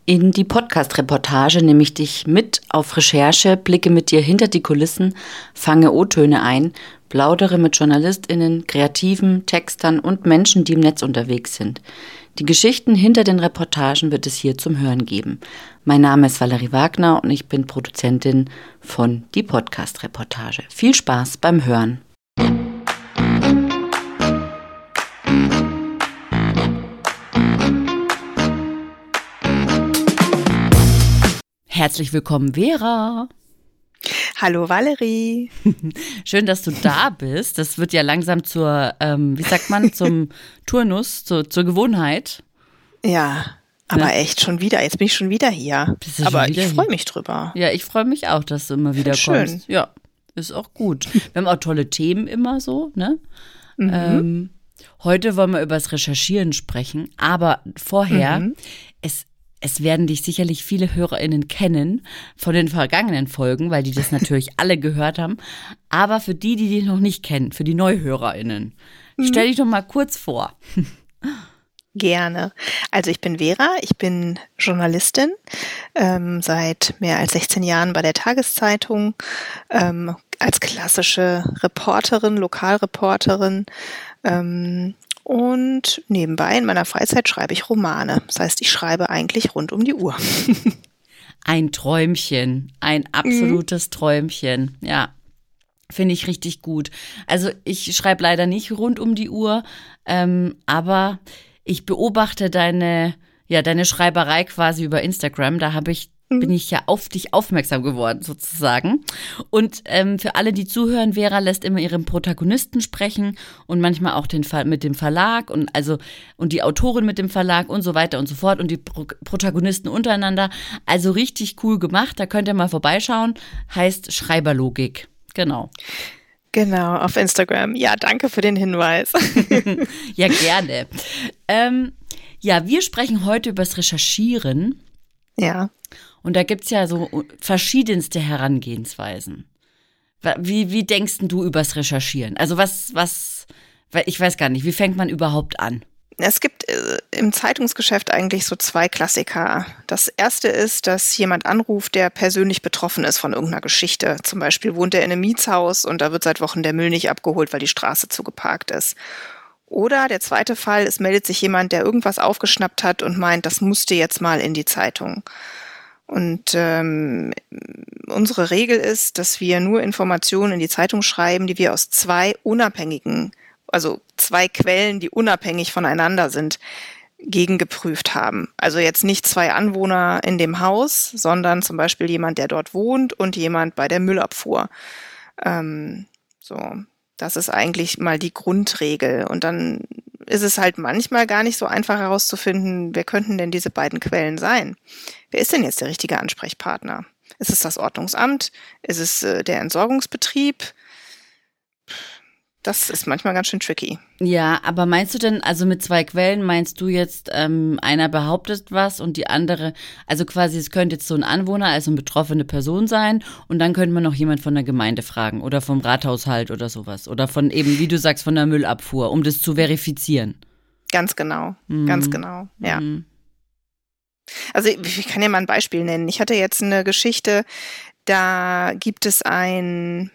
In die Podcast-Reportage nehme ich dich mit auf Recherche, blicke mit dir hinter die Kulissen, fange O-Töne ein, plaudere mit JournalistInnen, Kreativen, Textern und Menschen, die im Netz unterwegs sind. Die Geschichten hinter den Reportagen wird es hier zum Hören geben. Mein Name ist Valerie Wagner und ich bin Produzentin von Die Podcast-Reportage. Viel Spaß beim Hören. Herzlich willkommen, Vera. Hallo Valerie. Schön, dass du da bist. Das wird ja langsam zur, zum Turnus, zur Gewohnheit. Ja, aber Ne? echt schon wieder. Jetzt bin ich schon wieder hier. Aber ich freue mich drüber. Ja, ich freue mich auch, dass du immer wieder Schön. kommst. Ja, ist auch gut. Wir haben auch tolle Themen immer so, ne? Heute wollen wir über das Recherchieren sprechen, aber vorher, es werden dich sicherlich viele HörerInnen kennen von den vergangenen Folgen, weil die das natürlich alle gehört haben. Aber für die dich noch nicht kennen, für die NeuhörerInnen, stell dich doch mal kurz vor. Gerne. Also ich bin Vera, ich bin Journalistin, seit mehr als 16 Jahren bei der Tageszeitung, als klassische Reporterin, Lokalreporterin, und nebenbei in meiner Freizeit schreibe ich Romane. Das heißt, ich schreibe eigentlich rund um die Uhr. Ein Träumchen, ein absolutes Träumchen, ja. Finde ich richtig gut. Also ich schreibe leider nicht rund um die Uhr, aber ich beobachte deine Schreiberei quasi über Instagram. Da bin ich ja auf dich aufmerksam geworden sozusagen. Und für alle, die zuhören, Vera lässt immer ihren Protagonisten sprechen und manchmal auch mit dem Verlag und die Autorin mit dem Verlag und so weiter und so fort und die Protagonisten untereinander. Also richtig cool gemacht. Da könnt ihr mal vorbeischauen. Heißt Schreiberlogik. Genau. Genau, auf Instagram. Ja, danke für den Hinweis. Ja, gerne. Wir sprechen heute über das Recherchieren. Ja. Und da gibt's ja so verschiedenste Herangehensweisen. Wie denkst denn du übers Recherchieren? Also ich weiß gar nicht, wie fängt man überhaupt an? Es gibt im Zeitungsgeschäft eigentlich so zwei Klassiker. Das erste ist, dass jemand anruft, der persönlich betroffen ist von irgendeiner Geschichte. Zum Beispiel wohnt er in einem Mietshaus und da wird seit Wochen der Müll nicht abgeholt, weil die Straße zugeparkt ist. Oder der zweite Fall, es meldet sich jemand, der irgendwas aufgeschnappt hat und meint, das musste jetzt mal in die Zeitung. Und unsere Regel ist, dass wir nur Informationen in die Zeitung schreiben, die wir aus zwei Quellen, die unabhängig voneinander sind, gegengeprüft haben. Also jetzt nicht zwei Anwohner in dem Haus, sondern zum Beispiel jemand, der dort wohnt und jemand bei der Müllabfuhr. Das ist eigentlich mal die Grundregel. Und dann ist es halt manchmal gar nicht so einfach herauszufinden, wer könnten denn diese beiden Quellen sein? Wer ist denn jetzt der richtige Ansprechpartner? Ist es das Ordnungsamt? Ist es der Entsorgungsbetrieb? Das ist manchmal ganz schön tricky. Ja, aber meinst du denn, also mit zwei Quellen, meinst du jetzt, einer behauptet was und die andere, also quasi es könnte jetzt so ein Anwohner, also eine betroffene Person sein und dann könnte man noch jemand von der Gemeinde fragen oder vom Rathaushalt oder sowas oder von eben, wie du sagst, von der Müllabfuhr, um das zu verifizieren. Ganz genau, ganz genau, ja. Also ich kann ja mal ein Beispiel nennen. Ich hatte jetzt eine Geschichte, da gibt es ein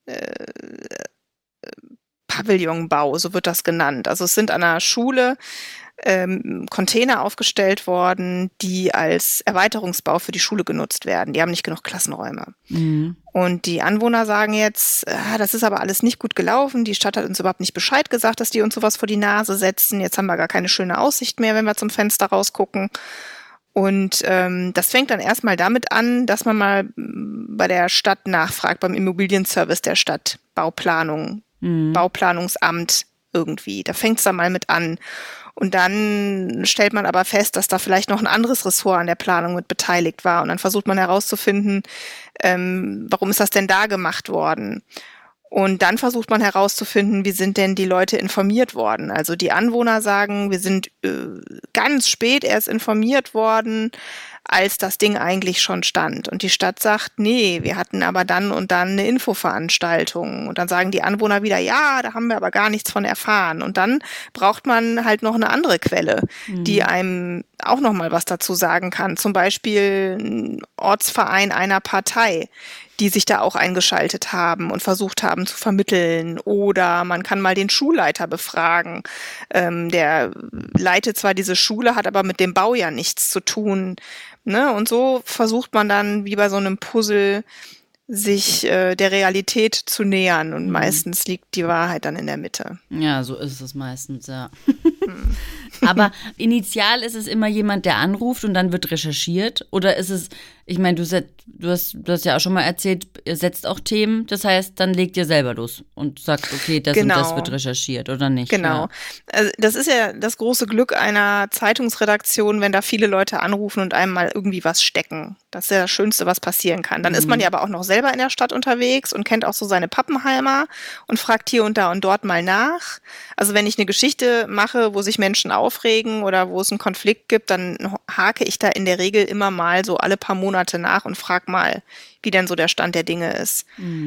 Pavillonbau, so wird das genannt. Also es sind an einer Schule Container aufgestellt worden, die als Erweiterungsbau für die Schule genutzt werden. Die haben nicht genug Klassenräume. Und die Anwohner sagen jetzt, das ist aber alles nicht gut gelaufen. Die Stadt hat uns überhaupt nicht Bescheid gesagt, dass die uns sowas vor die Nase setzen. Jetzt haben wir gar keine schöne Aussicht mehr, wenn wir zum Fenster rausgucken. Und das fängt dann erstmal damit an, dass man mal bei der Stadt nachfragt, beim Immobilienservice der Stadt, Bauplanungsamt irgendwie. Da fängt es dann mal mit an. Und dann stellt man aber fest, dass da vielleicht noch ein anderes Ressort an der Planung mit beteiligt war. Und dann versucht man herauszufinden, warum ist das denn da gemacht worden? Und dann versucht man herauszufinden, wie sind denn die Leute informiert worden? Also die Anwohner sagen, wir sind ganz spät erst informiert worden, als das Ding eigentlich schon stand. Und die Stadt sagt, nee, wir hatten aber dann und dann eine Infoveranstaltung. Und dann sagen die Anwohner wieder, ja, da haben wir aber gar nichts von erfahren. Und dann braucht man halt noch eine andere Quelle, die einem auch noch mal was dazu sagen kann. Zum Beispiel ein Ortsverein einer Partei, die sich da auch eingeschaltet haben und versucht haben zu vermitteln. Oder man kann mal den Schulleiter befragen. Der leitet zwar diese Schule, hat aber mit dem Bau ja nichts zu tun. Ne? Und so versucht man dann, wie bei so einem Puzzle, sich der Realität zu nähern. Und meistens liegt die Wahrheit dann in der Mitte. Ja, so ist es meistens, ja. Aber initial ist es immer jemand, der anruft und dann wird recherchiert? Oder ist es, ich meine, du hast ja auch schon mal erzählt, ihr setzt auch Themen, das heißt, dann legt ihr selber los und sagt, okay, das und das wird recherchiert, oder nicht? Genau. Ja. Also das ist ja das große Glück einer Zeitungsredaktion, wenn da viele Leute anrufen und einem mal irgendwie was stecken. Das ist ja das Schönste, was passieren kann. Dann ist man ja aber auch noch selber in der Stadt unterwegs und kennt auch so seine Pappenheimer und fragt hier und da und dort mal nach. Also wenn ich eine Geschichte mache, wo sich Menschen aufregen oder wo es einen Konflikt gibt, dann hake ich da in der Regel immer mal so alle paar Monate nach und frage mal, wie denn so der Stand der Dinge ist.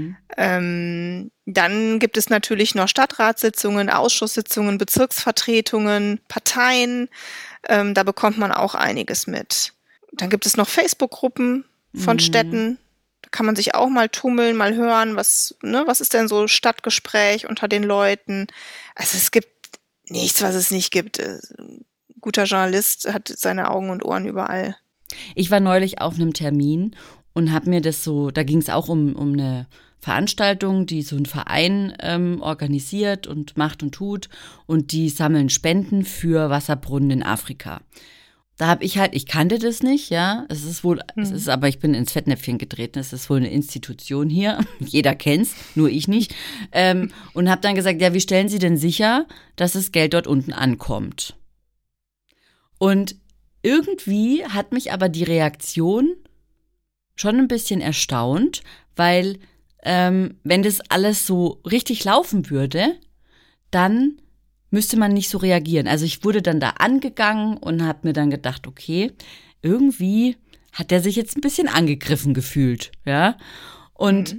Dann gibt es natürlich noch Stadtratssitzungen, Ausschusssitzungen, Bezirksvertretungen, Parteien. Da bekommt man auch einiges mit. Dann gibt es noch Facebook-Gruppen von Städten. Da kann man sich auch mal tummeln, mal hören, was ist denn so Stadtgespräch unter den Leuten. Also es gibt nichts, was es nicht gibt. Ein guter Journalist hat seine Augen und Ohren überall. Ich war neulich auf einem Termin und habe mir das so, da ging es auch um eine Veranstaltung, die so ein Verein organisiert und macht und tut, und die sammeln Spenden für Wasserbrunnen in Afrika. Da habe ich kannte das nicht, ja. Es ist aber, ich bin ins Fettnäpfchen getreten. Es ist wohl eine Institution hier. Jeder kennt's, nur ich nicht. Und habe dann gesagt, ja, wie stellen Sie denn sicher, dass das Geld dort unten ankommt? Und irgendwie hat mich aber die Reaktion schon ein bisschen erstaunt, weil wenn das alles so richtig laufen würde, dann müsste man nicht so reagieren. Also ich wurde dann da angegangen und habe mir dann gedacht, okay, irgendwie hat der sich jetzt ein bisschen angegriffen gefühlt, ja. Und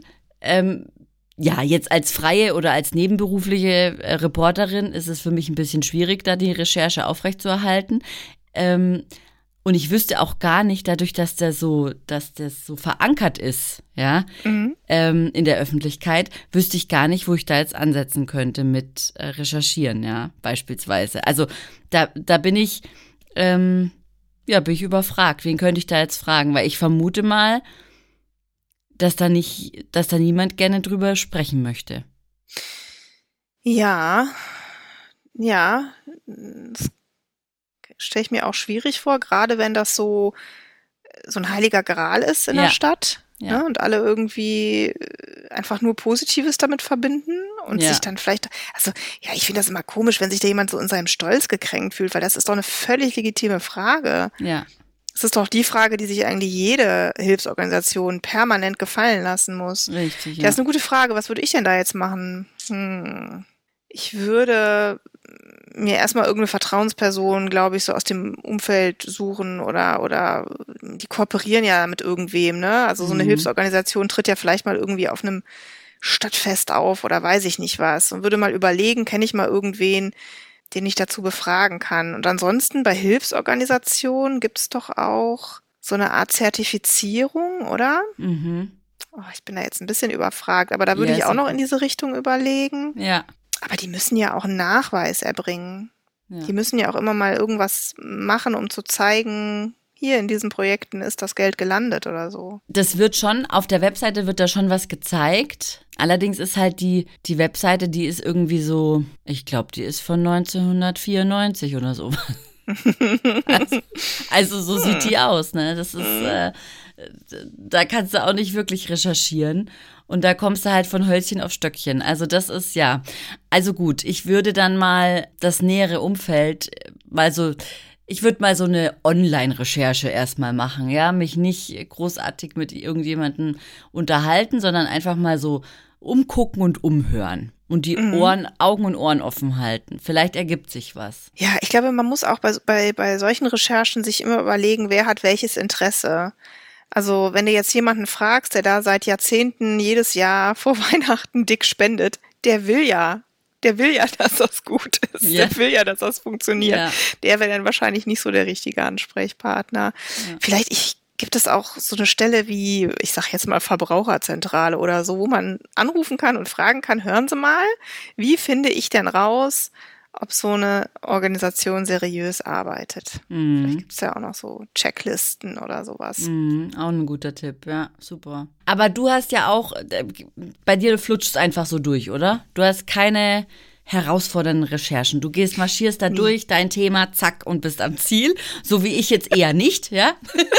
ja, jetzt als freie oder als nebenberufliche Reporterin ist es für mich ein bisschen schwierig, da die Recherche aufrechtzuerhalten. Und ich wüsste auch gar nicht, dadurch, dass das so verankert ist, ja, in der Öffentlichkeit, wüsste ich gar nicht, wo ich da jetzt ansetzen könnte mit Recherchieren, ja, beispielsweise. Also da bin ich überfragt. Wen könnte ich da jetzt fragen? Weil ich vermute mal, dass da niemand gerne drüber sprechen möchte. Ja, das stelle ich mir auch schwierig vor, gerade wenn das so ein heiliger Gral ist in der Stadt, ne, und alle irgendwie einfach nur Positives damit verbinden und sich dann vielleicht, also ja, ich finde das immer komisch, wenn sich da jemand so in seinem Stolz gekränkt fühlt, weil das ist doch eine völlig legitime Frage. Ja. Das ist doch die Frage, die sich eigentlich jede Hilfsorganisation permanent gefallen lassen muss. Richtig, ja. Das ist eine gute Frage. Was würde ich denn da jetzt machen? Ich würde mir erstmal irgendeine Vertrauensperson, glaube ich, so aus dem Umfeld suchen oder die kooperieren ja mit irgendwem, ne? Also so eine Hilfsorganisation tritt ja vielleicht mal irgendwie auf einem Stadtfest auf oder weiß ich nicht was und würde mal überlegen, kenne ich mal irgendwen, den ich dazu befragen kann. Und ansonsten bei Hilfsorganisationen gibt es doch auch so eine Art Zertifizierung, oder? Oh, ich bin da jetzt ein bisschen überfragt, aber da würde ich auch noch in diese Richtung überlegen. Ja. Aber die müssen ja auch einen Nachweis erbringen. Ja. Die müssen ja auch immer mal irgendwas machen, um zu zeigen, hier in diesen Projekten ist das Geld gelandet oder so. Das wird schon, auf der Webseite wird da schon was gezeigt. Allerdings ist halt die Webseite, die ist irgendwie so, ich glaube, die ist von 1994 oder so. Also so sieht die aus, ne? Das ist, da kannst du auch nicht wirklich recherchieren. Und da kommst du halt von Hölzchen auf Stöckchen. Also das ist, ja. Also gut, ich würde dann mal das nähere Umfeld ich würde mal so eine Online-Recherche erstmal machen, ja, mich nicht großartig mit irgendjemandem unterhalten, sondern einfach mal so umgucken und umhören und die Augen und Ohren offen halten. Vielleicht ergibt sich was. Ja, ich glaube, man muss auch bei solchen Recherchen sich immer überlegen, wer hat welches Interesse. Also wenn du jetzt jemanden fragst, der da seit Jahrzehnten jedes Jahr vor Weihnachten dick spendet, der will ja, dass das gut ist. Ja. Der will ja, dass das funktioniert. Ja. Der wäre dann wahrscheinlich nicht so der richtige Ansprechpartner. Ja. Vielleicht gibt es auch so eine Stelle wie, ich sag jetzt mal Verbraucherzentrale oder so, wo man anrufen kann und fragen kann, hören Sie mal, wie finde ich denn raus, ob so eine Organisation seriös arbeitet? Vielleicht gibt es ja auch noch so Checklisten oder sowas. Auch ein guter Tipp, ja, super. Aber du hast ja auch, bei dir flutscht es einfach so durch, oder? Du hast keine herausfordernden Recherchen. Du marschierst da durch, dein Thema, zack, und bist am Ziel. So wie ich jetzt eher nicht, ja?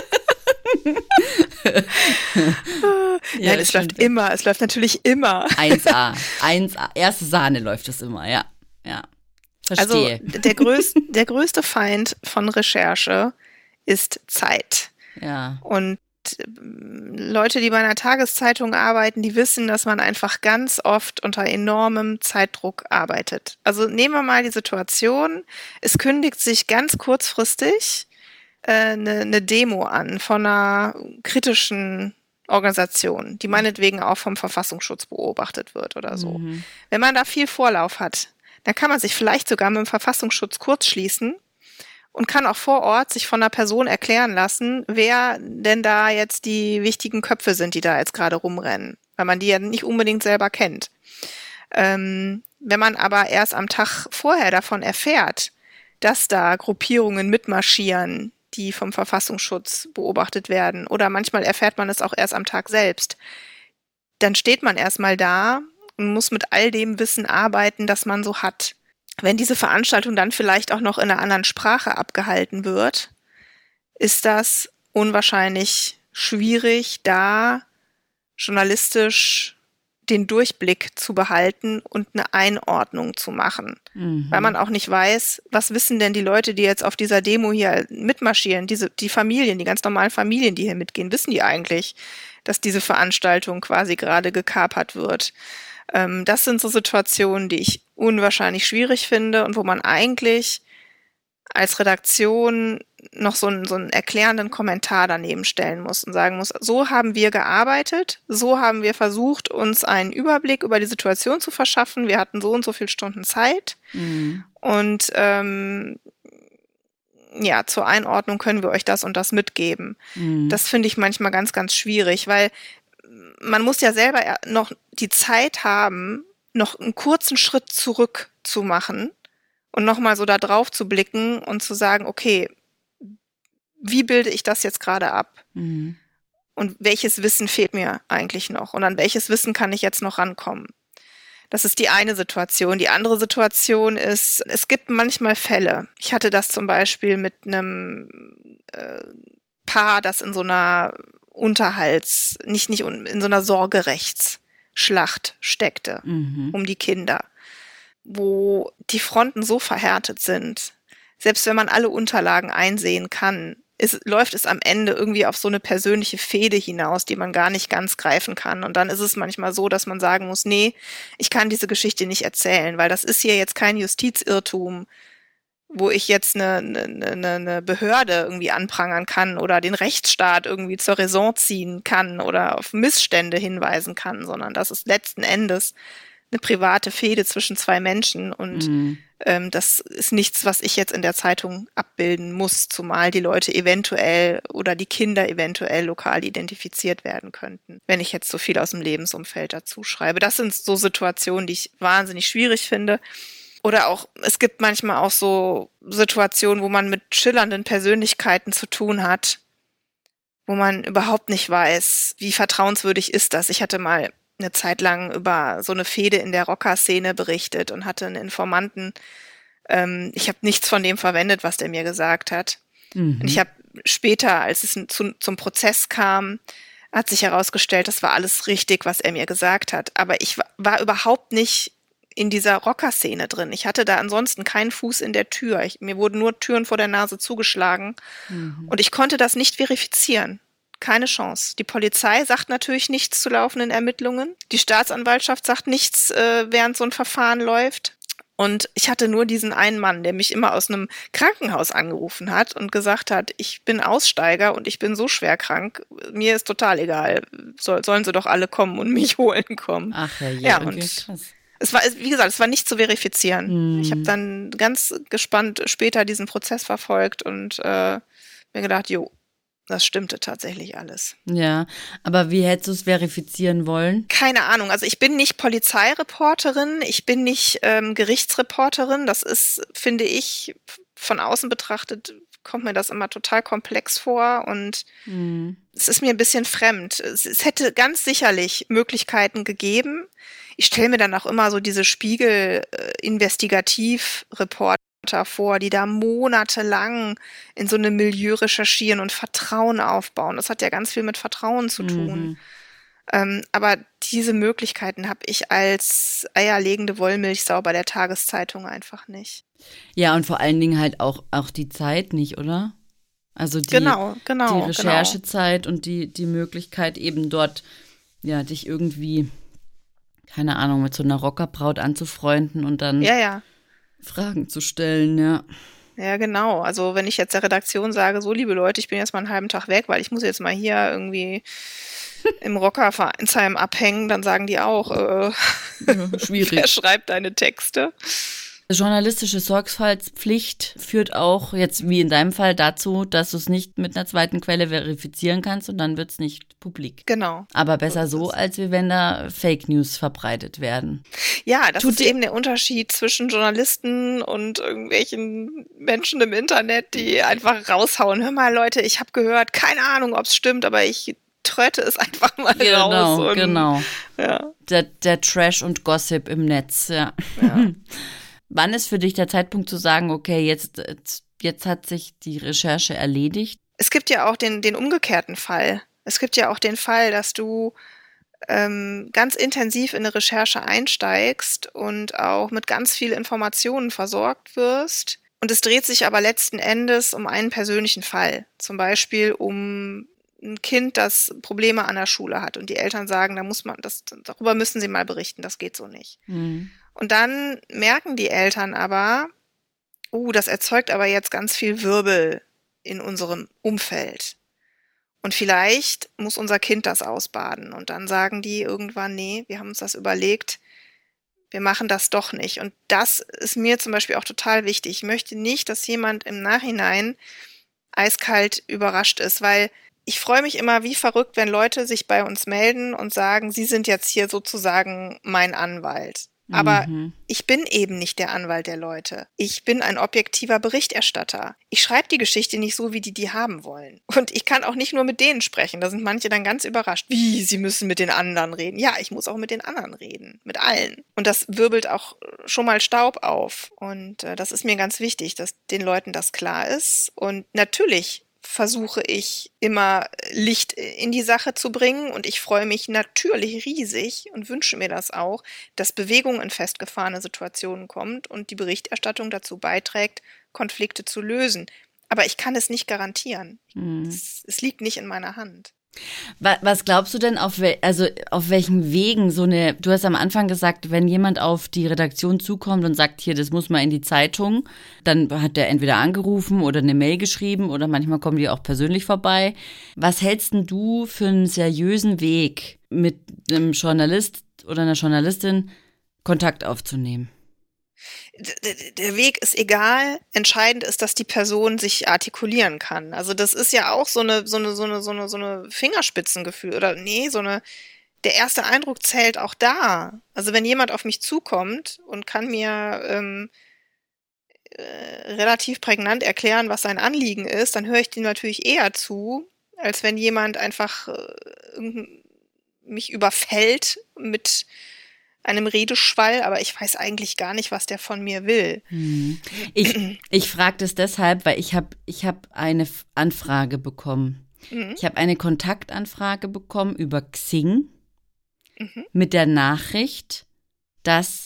Nein, es läuft natürlich immer. 1A, erste Sahne läuft es immer, ja. Verstehe. Also der größte Feind von Recherche ist Zeit. Ja. Und Leute, die bei einer Tageszeitung arbeiten, die wissen, dass man einfach ganz oft unter enormem Zeitdruck arbeitet. Also nehmen wir mal die Situation, es kündigt sich ganz kurzfristig eine Demo an von einer kritischen Organisation, die meinetwegen auch vom Verfassungsschutz beobachtet wird oder so. Wenn man da viel Vorlauf hat, dann kann man sich vielleicht sogar mit dem Verfassungsschutz kurzschließen und kann auch vor Ort sich von einer Person erklären lassen, wer denn da jetzt die wichtigen Köpfe sind, die da jetzt gerade rumrennen, weil man die ja nicht unbedingt selber kennt. Wenn man aber erst am Tag vorher davon erfährt, dass da Gruppierungen mitmarschieren, die vom Verfassungsschutz beobachtet werden, oder manchmal erfährt man es auch erst am Tag selbst, dann steht man erstmal da und muss mit all dem Wissen arbeiten, das man so hat. Wenn diese Veranstaltung dann vielleicht auch noch in einer anderen Sprache abgehalten wird, ist das unwahrscheinlich schwierig, da journalistisch den Durchblick zu behalten und eine Einordnung zu machen. Weil man auch nicht weiß, was wissen denn die Leute, die jetzt auf dieser Demo hier mitmarschieren, die Familien, die ganz normalen Familien, die hier mitgehen, wissen die eigentlich, dass diese Veranstaltung quasi gerade gekapert wird? Das sind so Situationen, die ich unwahrscheinlich schwierig finde und wo man eigentlich als Redaktion noch so einen erklärenden Kommentar daneben stellen muss und sagen muss, so haben wir gearbeitet, so haben wir versucht, uns einen Überblick über die Situation zu verschaffen. Wir hatten so und so viele Stunden Zeit. Und zur Einordnung können wir euch das und das mitgeben. Das finde ich manchmal ganz, ganz schwierig, weil man muss ja selber noch die Zeit haben, noch einen kurzen Schritt zurück zu machen und nochmal so da drauf zu blicken und zu sagen, okay, wie bilde ich das jetzt gerade ab? Und welches Wissen fehlt mir eigentlich noch? Und an welches Wissen kann ich jetzt noch rankommen? Das ist die eine Situation. Die andere Situation ist, es gibt manchmal Fälle. Ich hatte das zum Beispiel mit einem Paar, das in so einer nicht in so einer Sorgerechtsschlacht steckte um die Kinder, wo die Fronten so verhärtet sind. Selbst wenn man alle Unterlagen einsehen kann, läuft es am Ende irgendwie auf so eine persönliche Fehde hinaus, die man gar nicht ganz greifen kann. Und dann ist es manchmal so, dass man sagen muss, nee, ich kann diese Geschichte nicht erzählen, weil das ist hier jetzt kein Justizirrtum, wo ich jetzt eine Behörde irgendwie anprangern kann oder den Rechtsstaat irgendwie zur Raison ziehen kann oder auf Missstände hinweisen kann, sondern das ist letzten Endes eine private Fehde zwischen zwei Menschen und das ist nichts, was ich jetzt in der Zeitung abbilden muss, zumal die Leute eventuell oder die Kinder eventuell lokal identifiziert werden könnten, wenn ich jetzt so viel aus dem Lebensumfeld dazu schreibe. Das sind so Situationen, die ich wahnsinnig schwierig finde. Oder auch, es gibt manchmal auch so Situationen, wo man mit schillernden Persönlichkeiten zu tun hat, wo man überhaupt nicht weiß, wie vertrauenswürdig ist das. Ich hatte mal eine Zeit lang über so eine Fehde in der Rocker-Szene berichtet und hatte einen Informanten. Ich habe nichts von dem verwendet, was der mir gesagt hat. Und ich habe später, als es zum Prozess kam, hat sich herausgestellt, das war alles richtig, was er mir gesagt hat. Aber ich war überhaupt nicht in dieser Rocker-Szene drin. Ich hatte da ansonsten keinen Fuß in der Tür. Mir wurden nur Türen vor der Nase zugeschlagen und ich konnte das nicht verifizieren. Keine Chance. Die Polizei sagt natürlich nichts zu laufenden Ermittlungen. Die Staatsanwaltschaft sagt nichts, während so ein Verfahren läuft. Und ich hatte nur diesen einen Mann, der mich immer aus einem Krankenhaus angerufen hat und gesagt hat, ich bin Aussteiger und ich bin so schwer krank, mir ist total egal, sollen sie doch alle kommen und mich holen kommen. Ach ja, Ja, okay, und krass. es war, wie gesagt, es war nicht zu verifizieren. Ich habe Hm. dann ganz gespannt später diesen Prozess verfolgt und mir gedacht, jo, das stimmte tatsächlich alles. Ja, aber wie hättest du es verifizieren wollen? Keine Ahnung, also ich bin nicht Polizeireporterin, ich bin nicht Gerichtsreporterin. Das ist, finde ich, von außen betrachtet, kommt mir das immer total komplex vor und es ist mir ein bisschen fremd. Es hätte ganz sicherlich Möglichkeiten gegeben. Ich stelle mir dann auch immer so diese Spiegel-Investigativ-Reporter vor, die da monatelang in so einem Milieu recherchieren und Vertrauen aufbauen. Das hat ja ganz viel mit Vertrauen zu tun. Aber diese Möglichkeiten habe ich als eierlegende Wollmilchsau bei der Tageszeitung einfach nicht. Ja, und vor allen Dingen halt auch die Zeit nicht, oder? Also die Genau. Recherchezeit und die Möglichkeit eben dort, ja, dich irgendwie, keine Ahnung, mit so einer Rockerbraut anzufreunden und dann Ja. Fragen zu stellen, ja. Ja, genau. Also wenn ich jetzt der Redaktion sage, so liebe Leute, ich bin jetzt mal einen halben Tag weg, weil ich muss jetzt mal hier irgendwie im Rockervereinsheim abhängen, dann sagen die auch, Schwierig. wer schreibt deine Texte? Journalistische Sorgfaltspflicht führt auch jetzt wie in deinem Fall dazu, dass du es nicht mit einer zweiten Quelle verifizieren kannst und dann wird es nicht publik. Genau. Aber besser so, als wenn da Fake News verbreitet werden. Ja, das ist eben der Unterschied zwischen Journalisten und irgendwelchen Menschen im Internet, die einfach raushauen. Hör mal, Leute, ich habe gehört, keine Ahnung, ob es stimmt, aber ich tröte es einfach mal raus. Und, Genau. Ja. Der Trash und Gossip im Netz, ja. Wann ist für dich der Zeitpunkt zu sagen, okay, jetzt hat sich die Recherche erledigt? Es gibt ja auch den umgekehrten Fall. Es gibt ja auch den Fall, dass du ganz intensiv in eine Recherche einsteigst und auch mit ganz viel Informationen versorgt wirst. Und es dreht sich aber letzten Endes um einen persönlichen Fall. Zum Beispiel um ein Kind, das Probleme an der Schule hat und die Eltern sagen, darüber müssen sie mal berichten, das geht so nicht. Und dann merken die Eltern aber, das erzeugt aber jetzt ganz viel Wirbel in unserem Umfeld. Und vielleicht muss unser Kind das ausbaden. Und dann sagen die irgendwann, nee, wir haben uns das überlegt, wir machen das doch nicht. Und das ist mir zum Beispiel auch total wichtig. Ich möchte nicht, dass jemand im Nachhinein eiskalt überrascht ist, weil ich freue mich immer wie verrückt, wenn Leute sich bei uns melden und sagen, sie sind jetzt hier sozusagen mein Anwalt. Aber ich bin eben nicht der Anwalt der Leute. Ich bin ein objektiver Berichterstatter. Ich schreibe die Geschichte nicht so, wie die haben wollen. Und ich kann auch nicht nur mit denen sprechen. Da sind manche dann ganz überrascht. Wie, sie müssen mit den anderen reden? Ja, ich muss auch mit den anderen reden. Mit allen. Und das wirbelt auch schon mal Staub auf. Und das ist mir ganz wichtig, dass den Leuten das klar ist. Und natürlich versuche ich immer Licht in die Sache zu bringen und ich freue mich natürlich riesig und wünsche mir das auch, dass Bewegung in festgefahrene Situationen kommt und die Berichterstattung dazu beiträgt, Konflikte zu lösen. Aber ich kann es nicht garantieren. Es liegt nicht in meiner Hand. Was glaubst du denn, auf welchen Wegen du hast am Anfang gesagt, wenn jemand auf die Redaktion zukommt und sagt, hier, das muss mal in die Zeitung, dann hat der entweder angerufen oder eine Mail geschrieben oder manchmal kommen die auch persönlich vorbei. Was hältst denn du für einen seriösen Weg, mit einem Journalist oder einer Journalistin Kontakt aufzunehmen? Der Weg ist egal. Entscheidend ist, dass die Person sich artikulieren kann. Also das ist ja auch so eine Fingerspitzengefühl oder der erste Eindruck zählt auch da. Also wenn jemand auf mich zukommt und kann mir relativ prägnant erklären, was sein Anliegen ist, dann höre ich dem natürlich eher zu, als wenn jemand einfach mich überfällt mit einem Redeschwall, aber ich weiß eigentlich gar nicht, was der von mir will. Ich frage das deshalb, weil ich hab eine Anfrage bekommen. Ich habe eine Kontaktanfrage bekommen über Xing mit der Nachricht, dass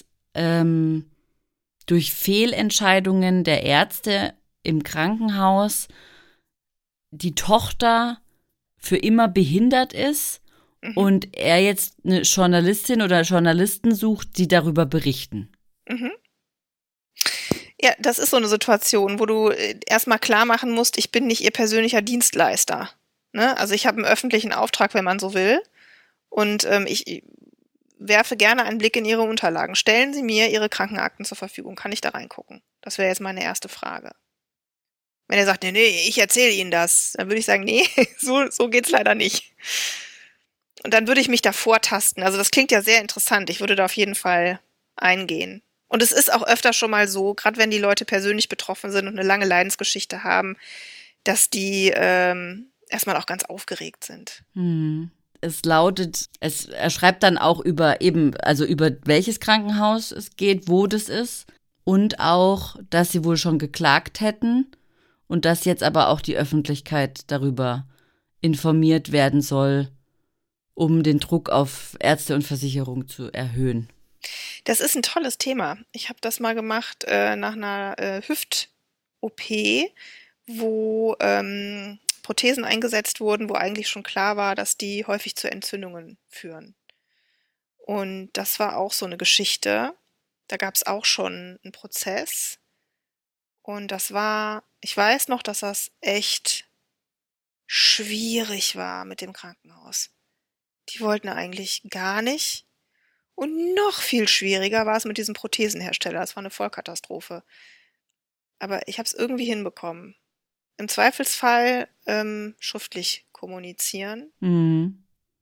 durch Fehlentscheidungen der Ärzte im Krankenhaus die Tochter für immer behindert ist und er jetzt eine Journalistin oder Journalisten sucht, die darüber berichten. Mhm. Ja, das ist so eine Situation, wo du erstmal klar machen musst, ich bin nicht ihr persönlicher Dienstleister. Ne? Also ich habe einen öffentlichen Auftrag, wenn man so will. Und ich werfe gerne einen Blick in Ihre Unterlagen. Stellen Sie mir Ihre Krankenakten zur Verfügung. Kann ich da reingucken? Das wäre jetzt meine erste Frage. Wenn er sagt, nee, ich erzähle Ihnen das, dann würde ich sagen, nee, so geht's leider nicht. Und dann würde ich mich da vortasten. Also das klingt ja sehr interessant. Ich würde da auf jeden Fall eingehen. Und es ist auch öfter schon mal so, gerade wenn die Leute persönlich betroffen sind und eine lange Leidensgeschichte haben, dass die erstmal auch ganz aufgeregt sind. Es lautet, er schreibt dann auch über welches Krankenhaus es geht, wo das ist und auch, dass sie wohl schon geklagt hätten und dass jetzt aber auch die Öffentlichkeit darüber informiert werden soll, um den Druck auf Ärzte und Versicherung zu erhöhen. Das ist ein tolles Thema. Ich habe das mal gemacht nach einer Hüft-OP, wo Prothesen eingesetzt wurden, wo eigentlich schon klar war, dass die häufig zu Entzündungen führen. Und das war auch so eine Geschichte. Da gab es auch schon einen Prozess. Und ich weiß noch, dass das echt schwierig war mit dem Krankenhaus. Die wollten eigentlich gar nicht. Und noch viel schwieriger war es mit diesem Prothesenhersteller. Das war eine Vollkatastrophe. Aber ich habe es irgendwie hinbekommen. Im Zweifelsfall schriftlich kommunizieren. Mhm.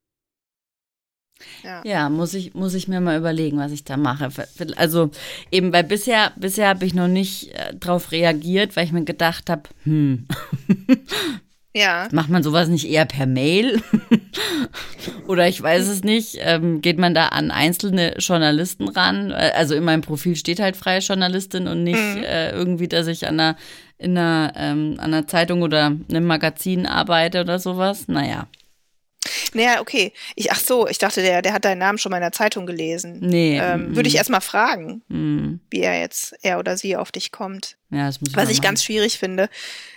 Ja. Ja, muss ich mir mal überlegen, was ich da mache. Also eben, weil bisher habe ich noch nicht drauf reagiert, weil ich mir gedacht habe, Ja. macht man sowas nicht eher per Mail? Oder ich weiß es nicht, geht man da an einzelne Journalisten ran? Also in meinem Profil steht halt freie Journalistin und nicht irgendwie, dass ich an einer Zeitung oder einem Magazin arbeite oder sowas. Naja. Naja, okay. Ich dachte, der hat deinen Namen schon mal in der Zeitung gelesen. Nee. Würde ich erstmal fragen, wie er oder sie auf dich kommt. Ja, das muss ich Was mal ich machen. ganz schwierig finde.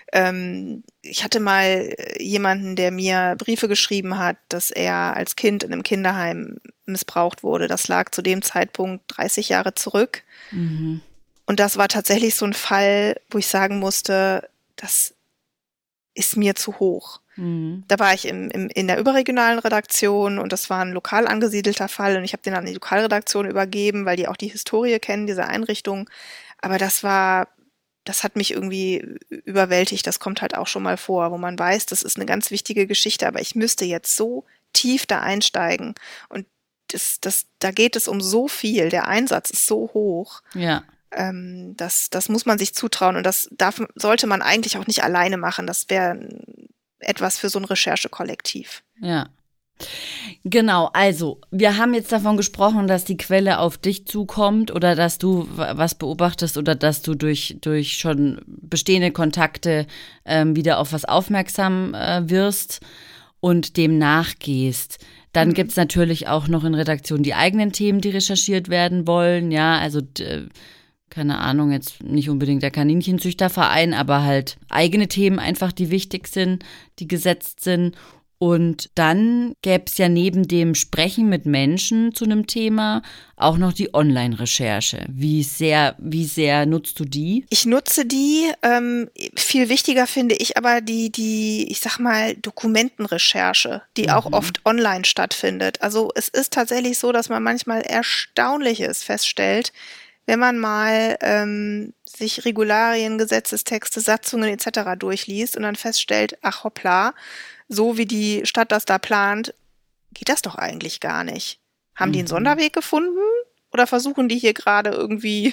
Ich hatte mal jemanden, der mir Briefe geschrieben hat, dass er als Kind in einem Kinderheim missbraucht wurde. Das lag zu dem Zeitpunkt 30 Jahre zurück. Mhm. Und das war tatsächlich so ein Fall, wo ich sagen musste, das ist mir zu hoch. Da war ich in der überregionalen Redaktion und das war ein lokal angesiedelter Fall und ich habe den an die Lokalredaktion übergeben, weil die auch die Historie kennen, diese Einrichtung. Aber das hat mich irgendwie überwältigt. Das kommt halt auch schon mal vor, wo man weiß, das ist eine ganz wichtige Geschichte, aber ich müsste jetzt so tief da einsteigen und da geht es um so viel. Der Einsatz ist so hoch. Ja. Das muss man sich zutrauen und sollte man eigentlich auch nicht alleine machen. Das wäre etwas für so ein Recherchekollektiv. Ja. Genau, also wir haben jetzt davon gesprochen, dass die Quelle auf dich zukommt oder dass du was beobachtest oder dass du durch schon bestehende Kontakte wieder auf was aufmerksam wirst und dem nachgehst. Dann gibt's natürlich auch noch in Redaktion die eigenen Themen, die recherchiert werden wollen. Ja, also keine Ahnung, jetzt nicht unbedingt der Kaninchenzüchterverein, aber halt eigene Themen einfach, die wichtig sind, die gesetzt sind. Und dann gäbe es ja neben dem Sprechen mit Menschen zu einem Thema auch noch die Online-Recherche. Wie sehr nutzt du die? Ich nutze die. Viel wichtiger finde ich aber die, ich sag mal, Dokumentenrecherche, die auch oft online stattfindet. Also es ist tatsächlich so, dass man manchmal Erstaunliches feststellt, wenn man mal sich Regularien, Gesetzestexte, Satzungen etc. durchliest und dann feststellt, ach hoppla, so wie die Stadt das da plant, geht das doch eigentlich gar nicht. Haben die einen Sonderweg gefunden oder versuchen die hier gerade irgendwie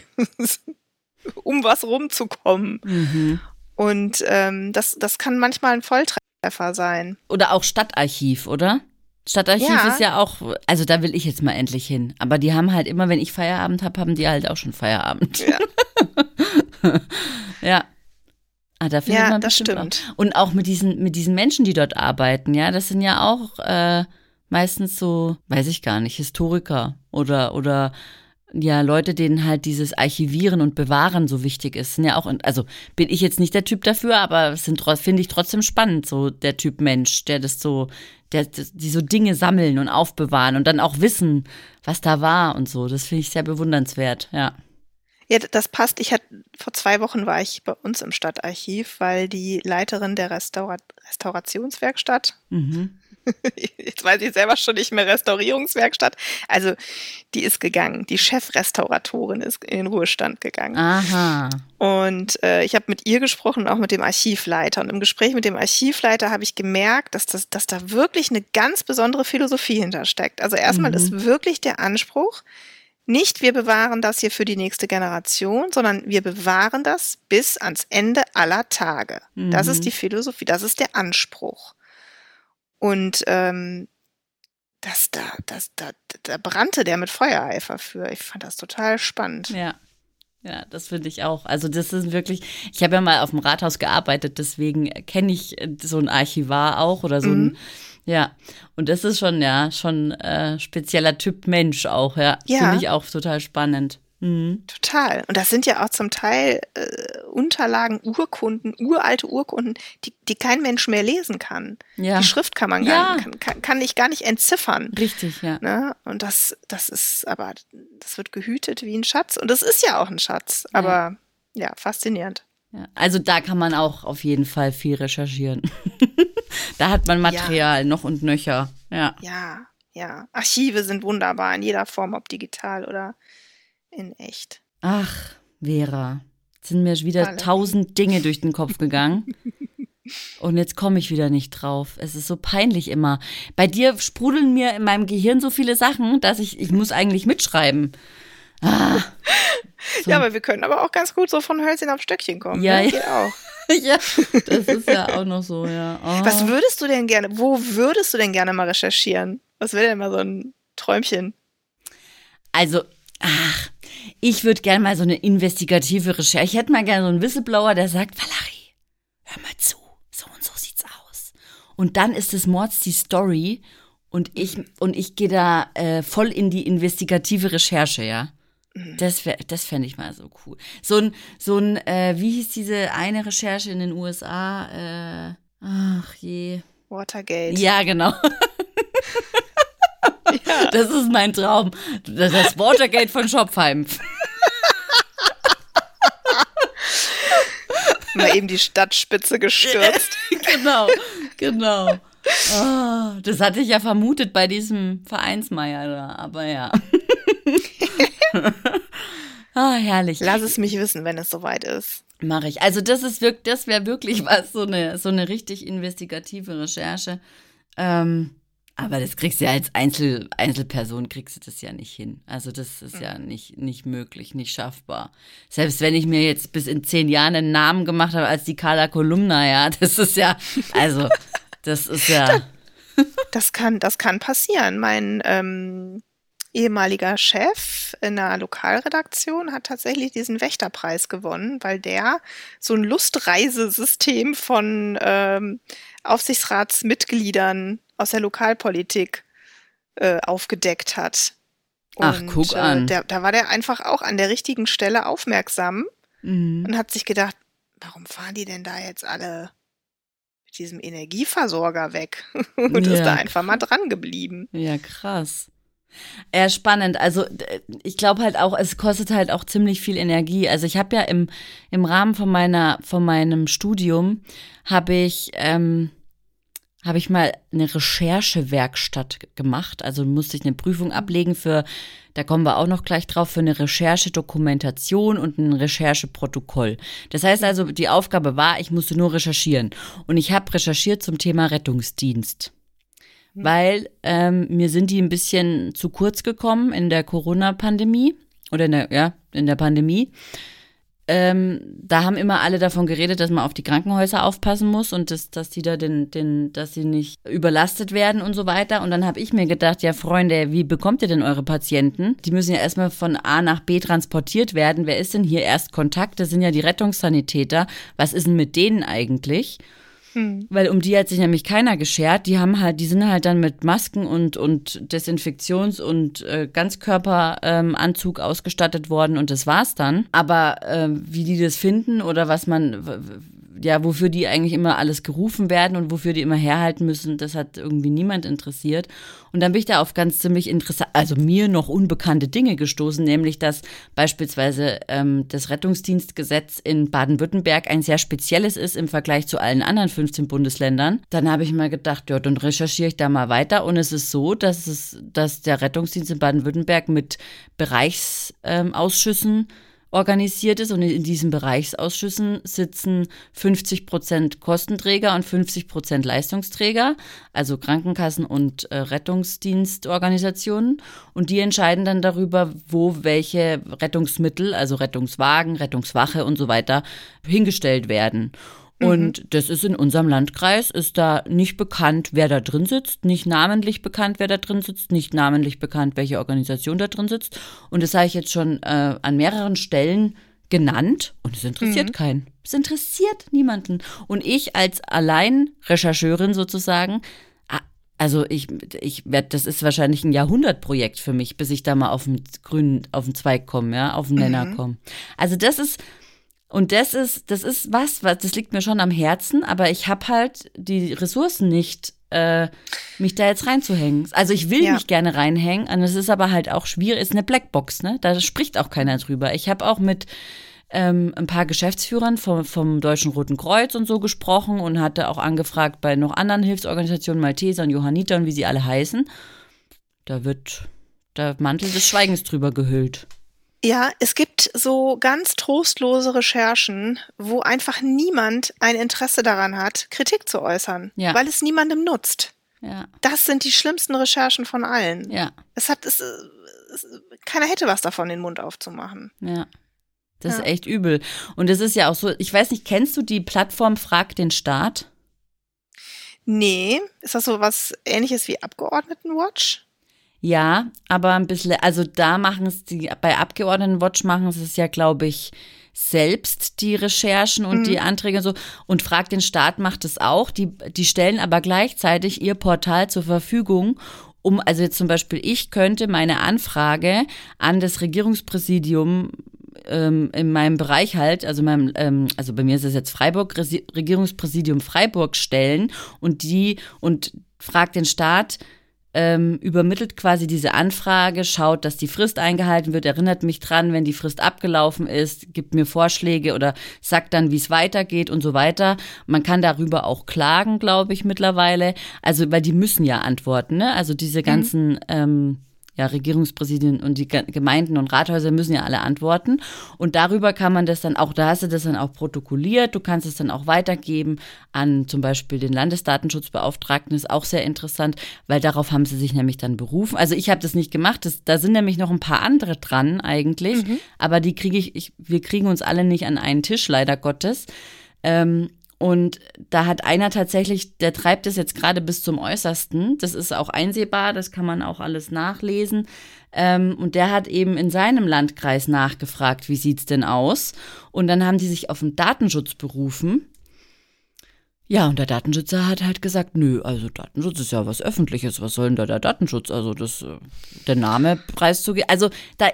um was rumzukommen? Und das kann manchmal ein Volltreffer sein. Oder auch Stadtarchiv, oder? Stadtarchiv ist ja auch, also da will ich jetzt mal endlich hin. Aber die haben halt immer, wenn ich Feierabend habe, haben die halt auch schon Feierabend. Ja. Ja. Ah, da findet man das bestimmt stimmt. auch. Und auch mit diesen Menschen, die dort arbeiten, ja, das sind ja auch meistens so, weiß ich gar nicht, Historiker oder ja Leute, denen halt dieses Archivieren und Bewahren so wichtig ist. Sind ja auch, also bin ich jetzt nicht der Typ dafür, aber finde ich trotzdem spannend, so der Typ Mensch, der das so, die so Dinge sammeln und aufbewahren und dann auch wissen, was da war und so. Das finde ich sehr bewundernswert, ja. Ja, das passt. Vor 2 Wochen war ich bei uns im Stadtarchiv, weil die Leiterin der Restaurationswerkstatt, jetzt weiß ich selber schon nicht mehr, Restaurierungswerkstatt, also die ist gegangen. Die Chefrestauratorin ist in den Ruhestand gegangen. Aha. Und ich habe mit ihr gesprochen, auch mit dem Archivleiter. Und im Gespräch mit dem Archivleiter habe ich gemerkt, dass da wirklich eine ganz besondere Philosophie hintersteckt. Also erstmal ist wirklich der Anspruch, nicht wir bewahren das hier für die nächste Generation, sondern wir bewahren das bis ans Ende aller Tage. Das ist die Philosophie, das ist der Anspruch. Und da brannte der mit Feuereifer für. Ich fand das total spannend. Ja, das finde ich auch. Also das ist wirklich, ich habe ja mal auf dem Rathaus gearbeitet, deswegen kenne ich so ein Archivar auch oder so ein, ja. Und das ist schon spezieller Typ Mensch auch, ja. Finde ich auch total spannend. Total. Und das sind ja auch zum Teil Unterlagen, Urkunden, uralte Urkunden, die kein Mensch mehr lesen kann. Ja. Die Schrift kann ich gar nicht entziffern. Richtig, ja. Ne? Und das wird gehütet wie ein Schatz. Und das ist ja auch ein Schatz. Aber ja, faszinierend. Ja, also da kann man auch auf jeden Fall viel recherchieren. Da hat man Material noch und nöcher. Ja. Ja. Archive sind wunderbar in jeder Form, ob digital oder in echt. Ach, Vera, jetzt sind mir wieder 1000 Dinge durch den Kopf gegangen. Und jetzt komme ich wieder nicht drauf. Es ist so peinlich immer. Bei dir sprudeln mir in meinem Gehirn so viele Sachen, dass ich muss eigentlich mitschreiben. So. Ja, aber wir können aber auch ganz gut so von Hölzchen auf Stöckchen kommen. Ja, ne? Geht auch. Ja, das ist ja auch noch so, ja. Oh. Wo würdest du denn gerne mal recherchieren? Was wäre denn mal so ein Träumchen? Also, ich würde gerne mal so eine investigative Recherche. Ich hätte mal gerne so einen Whistleblower, der sagt, Valerie, hör mal zu, so und so sieht's aus. Und dann ist des Mords die Story und ich gehe da voll in die investigative Recherche, ja. Das fände ich mal so cool. So ein, wie hieß diese eine Recherche in den USA? Watergate. Ja, genau. Ja. Das ist mein Traum. Das Watergate von Schopfheim. Mal eben die Stadtspitze gestürzt. Genau. Oh, das hatte ich ja vermutet bei diesem Vereinsmeier da, aber ja. Herrlich. Lass es mich wissen, wenn es soweit ist. Mache ich. Also das wäre wirklich was, so eine richtig investigative Recherche. Aber das kriegst du ja als Einzelperson kriegst du das ja nicht hin. Also das ist ja nicht möglich, nicht schaffbar. Selbst wenn ich mir jetzt bis in 10 Jahren einen Namen gemacht habe als die Carla Kolumna, ja, das ist ja. Das kann passieren. Mein ehemaliger Chef in einer Lokalredaktion hat tatsächlich diesen Wächterpreis gewonnen, weil der so ein Lustreisesystem von Aufsichtsratsmitgliedern aus der Lokalpolitik aufgedeckt hat. Und, guck an. Da war der einfach auch an der richtigen Stelle aufmerksam und hat sich gedacht, warum fahren die denn da jetzt alle mit diesem Energieversorger weg? Und ist da einfach mal dran geblieben. Ja, krass. Ja, spannend. Also ich glaube halt auch, es kostet halt auch ziemlich viel Energie. Also ich habe ja im Rahmen von meinem Studium habe ich mal eine Recherchewerkstatt gemacht. Also musste ich eine Prüfung ablegen da kommen wir auch noch gleich drauf, für eine Recherchedokumentation und ein Rechercheprotokoll. Das heißt also, die Aufgabe war, ich musste nur recherchieren. Und ich habe recherchiert zum Thema Rettungsdienst. Weil mir sind die ein bisschen zu kurz gekommen in der Corona-Pandemie oder in der Pandemie. Da haben immer alle davon geredet, dass man auf die Krankenhäuser aufpassen muss und dass die da dass sie nicht überlastet werden und so weiter. Und dann habe ich mir gedacht, ja Freunde, wie bekommt ihr denn eure Patienten? Die müssen ja erstmal von A nach B transportiert werden. Wer ist denn hier Erstkontakt? Das sind ja die Rettungssanitäter. Was ist denn mit denen eigentlich? Weil um die hat sich nämlich keiner geschert. Die sind halt dann mit Masken und Desinfektions- und Ganzkörperanzug ausgestattet worden und das war's dann. Aber wie die das finden oder wofür die eigentlich immer alles gerufen werden und wofür die immer herhalten müssen, das hat irgendwie niemand interessiert. Und dann bin ich da auf ganz ziemlich interessant, also mir noch unbekannte Dinge gestoßen, nämlich dass beispielsweise das Rettungsdienstgesetz in Baden-Württemberg ein sehr spezielles ist im Vergleich zu allen anderen 15 Bundesländern. Dann habe ich mal gedacht, ja, dann recherchiere ich da mal weiter und es ist so, dass der Rettungsdienst in Baden-Württemberg mit Bereichsausschüssen organisiert ist und in diesen Bereichsausschüssen sitzen 50% Kostenträger und 50% Leistungsträger, also Krankenkassen und Rettungsdienstorganisationen, und die entscheiden dann darüber, wo welche Rettungsmittel, also Rettungswagen, Rettungswache und so weiter hingestellt werden. Und das ist in unserem Landkreis, ist da nicht bekannt, wer da drin sitzt, nicht namentlich bekannt, wer da drin sitzt, nicht namentlich bekannt, welche Organisation da drin sitzt. Und das habe ich jetzt schon an mehreren Stellen genannt und es interessiert keinen. Es interessiert niemanden. Und ich als Alleinrechercheurin sozusagen, also das ist wahrscheinlich ein Jahrhundertprojekt für mich, bis ich da mal auf den Zweig komme, ja, auf den Nenner komme. Also das ist das liegt mir schon am Herzen, aber ich habe halt die Ressourcen nicht, mich da jetzt reinzuhängen. Also ich will mich gerne reinhängen, und es ist aber halt auch schwierig, ist eine Blackbox, ne? Da spricht auch keiner drüber. Ich habe auch mit ein paar Geschäftsführern vom Deutschen Roten Kreuz und so gesprochen und hatte auch angefragt bei noch anderen Hilfsorganisationen, Maltesern, Johannitern, wie sie alle heißen. Da wird der Mantel des Schweigens drüber gehüllt. Ja, es gibt so ganz trostlose Recherchen, wo einfach niemand ein Interesse daran hat, Kritik zu äußern, weil es niemandem nutzt. Ja. Das sind die schlimmsten Recherchen von allen. Ja. Keiner hätte was davon, den Mund aufzumachen. Ja. Das ist echt übel. Und es ist ja auch so, ich weiß nicht, kennst du die Plattform Frag den Staat? Nee, ist das so was Ähnliches wie Abgeordnetenwatch? Ja, aber ein bisschen, also bei Abgeordnetenwatch machen sie es ja, glaube ich, selbst, die Recherchen und die Anträge und so. Und Frag den Staat macht es auch. Die stellen aber gleichzeitig ihr Portal zur Verfügung, also jetzt zum Beispiel, ich könnte meine Anfrage an das Regierungspräsidium in meinem Bereich halt, also bei mir ist es jetzt Freiburg, Regierungspräsidium Freiburg stellen und Frag den Staat übermittelt quasi diese Anfrage, schaut, dass die Frist eingehalten wird, erinnert mich dran, wenn die Frist abgelaufen ist, gibt mir Vorschläge oder sagt dann, wie es weitergeht und so weiter. Man kann darüber auch klagen, glaube ich, mittlerweile. Also, weil die müssen ja antworten, ne? Also diese ganzen Regierungspräsidien und die Gemeinden und Rathäuser müssen ja alle antworten. Und darüber kann man das dann auch, da hast du das dann auch protokolliert, du kannst es dann auch weitergeben an zum Beispiel den Landesdatenschutzbeauftragten, ist auch sehr interessant, weil darauf haben sie sich nämlich dann berufen. Also ich habe das nicht gemacht, da sind nämlich noch ein paar andere dran eigentlich, aber wir kriegen uns alle nicht an einen Tisch, leider Gottes. Und da hat einer tatsächlich, der treibt es jetzt gerade bis zum Äußersten. Das ist auch einsehbar, das kann man auch alles nachlesen. Und der hat eben in seinem Landkreis nachgefragt, wie sieht's denn aus? Und dann haben die sich auf den Datenschutz berufen. Ja, und der Datenschützer hat halt gesagt, nö, also Datenschutz ist ja was Öffentliches, was soll denn da der Datenschutz? Also der Name preiszugeben. Also da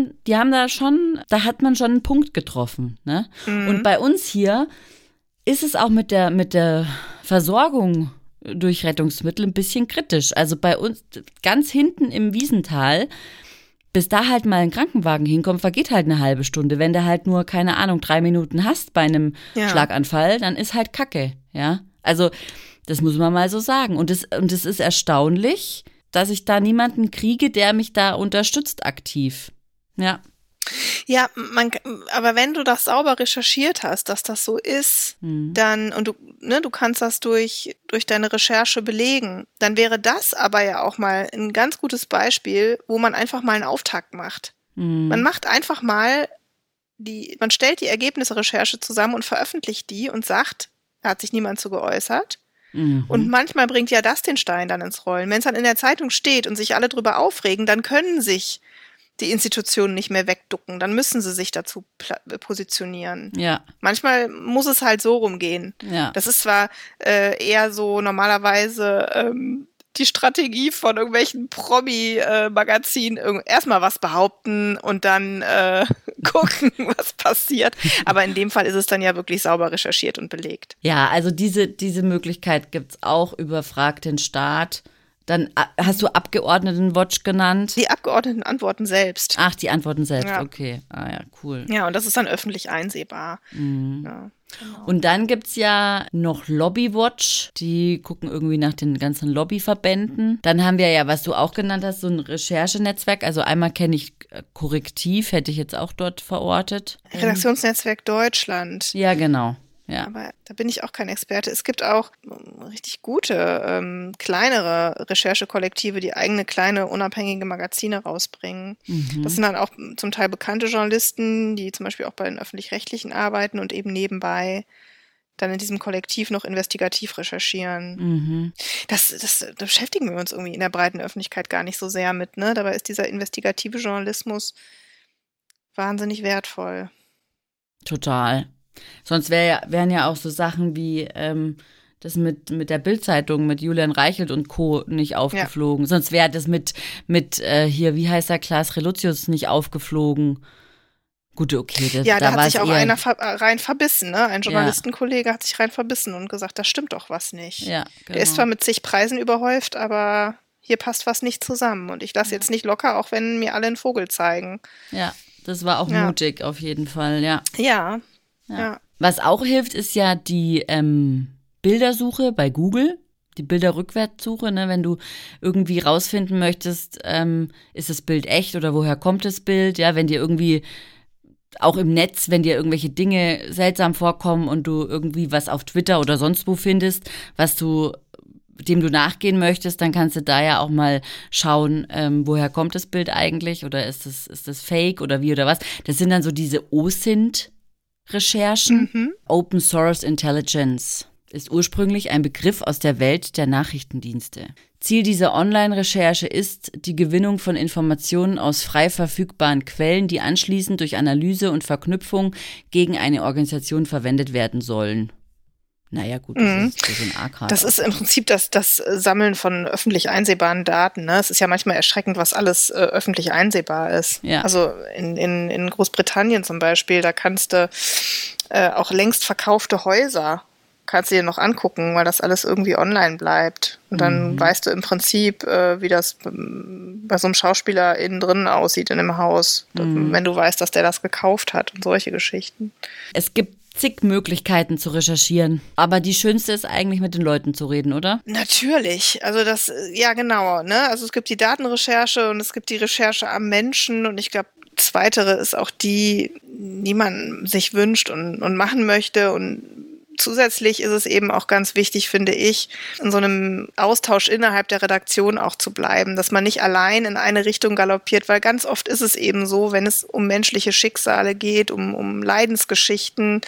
hat man schon einen Punkt getroffen, ne? Und bei uns hier ist es auch mit der Versorgung durch Rettungsmittel ein bisschen kritisch. Also bei uns ganz hinten im Wiesental, bis da halt mal ein Krankenwagen hinkommt, vergeht halt eine halbe Stunde. Wenn du halt nur, keine Ahnung, 3 Minuten hast bei einem Schlaganfall, dann ist halt Kacke, ja. Also das muss man mal so sagen. Und es ist erstaunlich, dass ich da niemanden kriege, der mich da unterstützt aktiv. Ja. Ja, aber wenn du das sauber recherchiert hast, dass das so ist, dann, und du kannst das durch deine Recherche belegen, dann wäre das aber ja auch mal ein ganz gutes Beispiel, wo man einfach mal einen Auftakt macht. Man macht einfach mal man stellt die Ergebnisse der Recherche zusammen und veröffentlicht die und sagt, da hat sich niemand zu geäußert. Und manchmal bringt ja das den Stein dann ins Rollen. Wenn es dann in der Zeitung steht und sich alle drüber aufregen, dann können sich die Institutionen nicht mehr wegducken. Dann müssen sie sich dazu positionieren. Ja. Manchmal muss es halt so rumgehen. Ja. Das ist zwar eher so normalerweise die Strategie von irgendwelchen Promi-Magazinen, erstmal was behaupten und dann gucken, was passiert. Aber in dem Fall ist es dann ja wirklich sauber recherchiert und belegt. Ja, also diese Möglichkeit gibt's auch über Frag den Staat. Dann hast du Abgeordnetenwatch genannt? Die Abgeordneten antworten selbst. Ach, die antworten selbst, Ja. Okay. Ah ja, cool. Ja, und das ist dann öffentlich einsehbar. Mhm. Ja, genau. Und dann gibt's ja noch Lobbywatch, die gucken irgendwie nach den ganzen Lobbyverbänden. Dann haben wir ja, was du auch genannt hast, so ein Recherchenetzwerk. Also einmal kenne ich Korrektiv, hätte ich jetzt auch dort verortet. Redaktionsnetzwerk Deutschland. Ja, genau. Ja. Aber da bin ich auch kein Experte. Es gibt auch richtig gute, kleinere Recherchekollektive, die eigene kleine, unabhängige Magazine rausbringen. Das sind dann auch zum Teil bekannte Journalisten, die zum Beispiel auch bei den Öffentlich-Rechtlichen arbeiten und eben nebenbei dann in diesem Kollektiv noch investigativ recherchieren. Da beschäftigen wir uns irgendwie in der breiten Öffentlichkeit gar nicht so sehr mit, ne? Dabei ist dieser investigative Journalismus wahnsinnig wertvoll. Total. Sonst wären ja auch so Sachen wie das mit der Bild-Zeitung, mit Julian Reichelt und Co. nicht aufgeflogen. Ja. Sonst wäre das mit hier, wie heißt der, Klaas Relotius nicht aufgeflogen. Gut, okay. Da hat sich auch einer rein verbissen, ne? Ein Journalistenkollege hat sich rein verbissen und gesagt, da stimmt doch was nicht. Ja, genau. Der ist zwar mit zig Preisen überhäuft, aber hier passt was nicht zusammen. Und ich lasse jetzt nicht locker, auch wenn mir alle einen Vogel zeigen. Ja, das war auch mutig auf jeden Fall, ja. Ja. Was auch hilft, ist ja die Bildersuche bei Google, die Bilderrückwärtssuche, ne? Wenn du irgendwie rausfinden möchtest, ist das Bild echt oder woher kommt das Bild, ja, wenn dir irgendwie auch im Netz, wenn dir irgendwelche Dinge seltsam vorkommen und du irgendwie was auf Twitter oder sonst wo findest, dem du nachgehen möchtest, dann kannst du da ja auch mal schauen, woher kommt das Bild eigentlich oder ist das fake oder wie oder was. Das sind dann so diese OSINT-Recherchen. Open Source Intelligence ist ursprünglich ein Begriff aus der Welt der Nachrichtendienste. Ziel dieser Online-Recherche ist die Gewinnung von Informationen aus frei verfügbaren Quellen, die anschließend durch Analyse und Verknüpfung gegen eine Organisation verwendet werden sollen. Naja, gut, das ist so ein A-Grad. Das ist im Prinzip das Sammeln von öffentlich einsehbaren Daten. Ne? Es ist ja manchmal erschreckend, was alles öffentlich einsehbar ist. Ja. Also in Großbritannien zum Beispiel, da kannst du auch längst verkaufte Häuser kannst du dir noch angucken, weil das alles irgendwie online bleibt. Und dann weißt du im Prinzip, wie das bei so einem Schauspieler innen drin aussieht in einem Haus, wenn du weißt, dass der das gekauft hat und solche Geschichten. Es gibt zig Möglichkeiten zu recherchieren. Aber die schönste ist eigentlich mit den Leuten zu reden, oder? Natürlich. Also ja genau. Ne? Also es gibt die Datenrecherche und es gibt die Recherche am Menschen und ich glaube, zweitere ist auch die man sich wünscht und machen möchte und zusätzlich ist es eben auch ganz wichtig, finde ich, in so einem Austausch innerhalb der Redaktion auch zu bleiben, dass man nicht allein in eine Richtung galoppiert, weil ganz oft ist es eben so, wenn es um menschliche Schicksale geht, um Leidensgeschichten,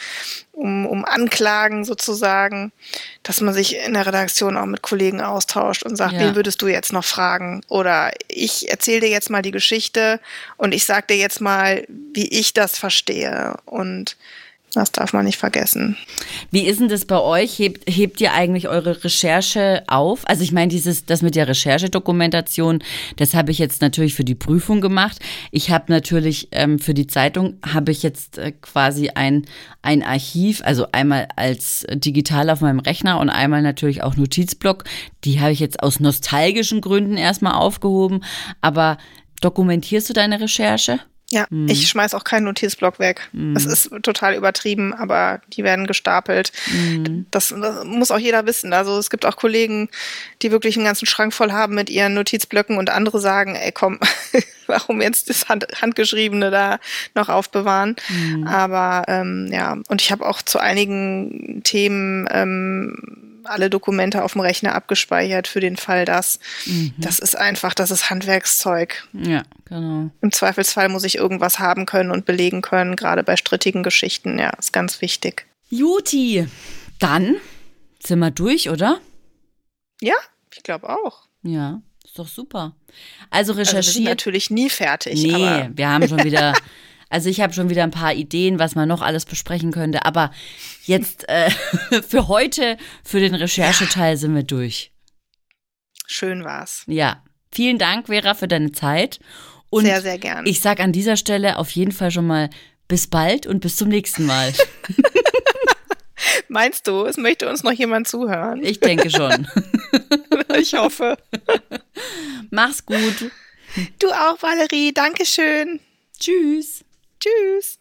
um Anklagen sozusagen, dass man sich in der Redaktion auch mit Kollegen austauscht und sagt, wen würdest du jetzt noch fragen? Oder ich erzähle dir jetzt mal die Geschichte und ich sag dir jetzt mal, wie ich das verstehe. Und das darf man nicht vergessen. Wie ist denn das bei euch? Hebt ihr eigentlich eure Recherche auf? Also ich meine, das mit der Recherchedokumentation, das habe ich jetzt natürlich für die Prüfung gemacht. Ich habe natürlich für die Zeitung habe ich jetzt quasi ein Archiv, also einmal als digital auf meinem Rechner und einmal natürlich auch Notizblock. Die habe ich jetzt aus nostalgischen Gründen erstmal aufgehoben. Aber dokumentierst du deine Recherche? Ja, ich schmeiß auch keinen Notizblock weg. Das ist total übertrieben, aber die werden gestapelt. Das muss auch jeder wissen. Also es gibt auch Kollegen, die wirklich einen ganzen Schrank voll haben mit ihren Notizblöcken und andere sagen, ey komm, warum jetzt das Handgeschriebene da noch aufbewahren? Aber und ich habe auch zu einigen Themen alle Dokumente auf dem Rechner abgespeichert für den Fall, das ist Handwerkszeug. Ja, genau. Im Zweifelsfall muss ich irgendwas haben können und belegen können, gerade bei strittigen Geschichten. Ja, ist ganz wichtig. Juti, dann sind wir durch, oder? Ja, ich glaube auch. Ja, Ist doch super. Also Also wir sind recherchiert. natürlich nie fertig. Nee, Aber wir haben schon wieder, also ich habe schon wieder ein paar Ideen, was man noch alles besprechen könnte. Aber jetzt für heute, für den Rechercheteil sind wir durch. schön war's. Ja, vielen Dank, Vera, für deine Zeit. Und Sehr, sehr gern. ich sag an dieser Stelle auf jeden Fall schon mal bis bald und bis zum nächsten Mal. Meinst du, es möchte uns noch jemand zuhören? Ich denke schon. Ich hoffe. Mach's gut. Du auch, Valerie. Dankeschön. Tschüss. Tschüss.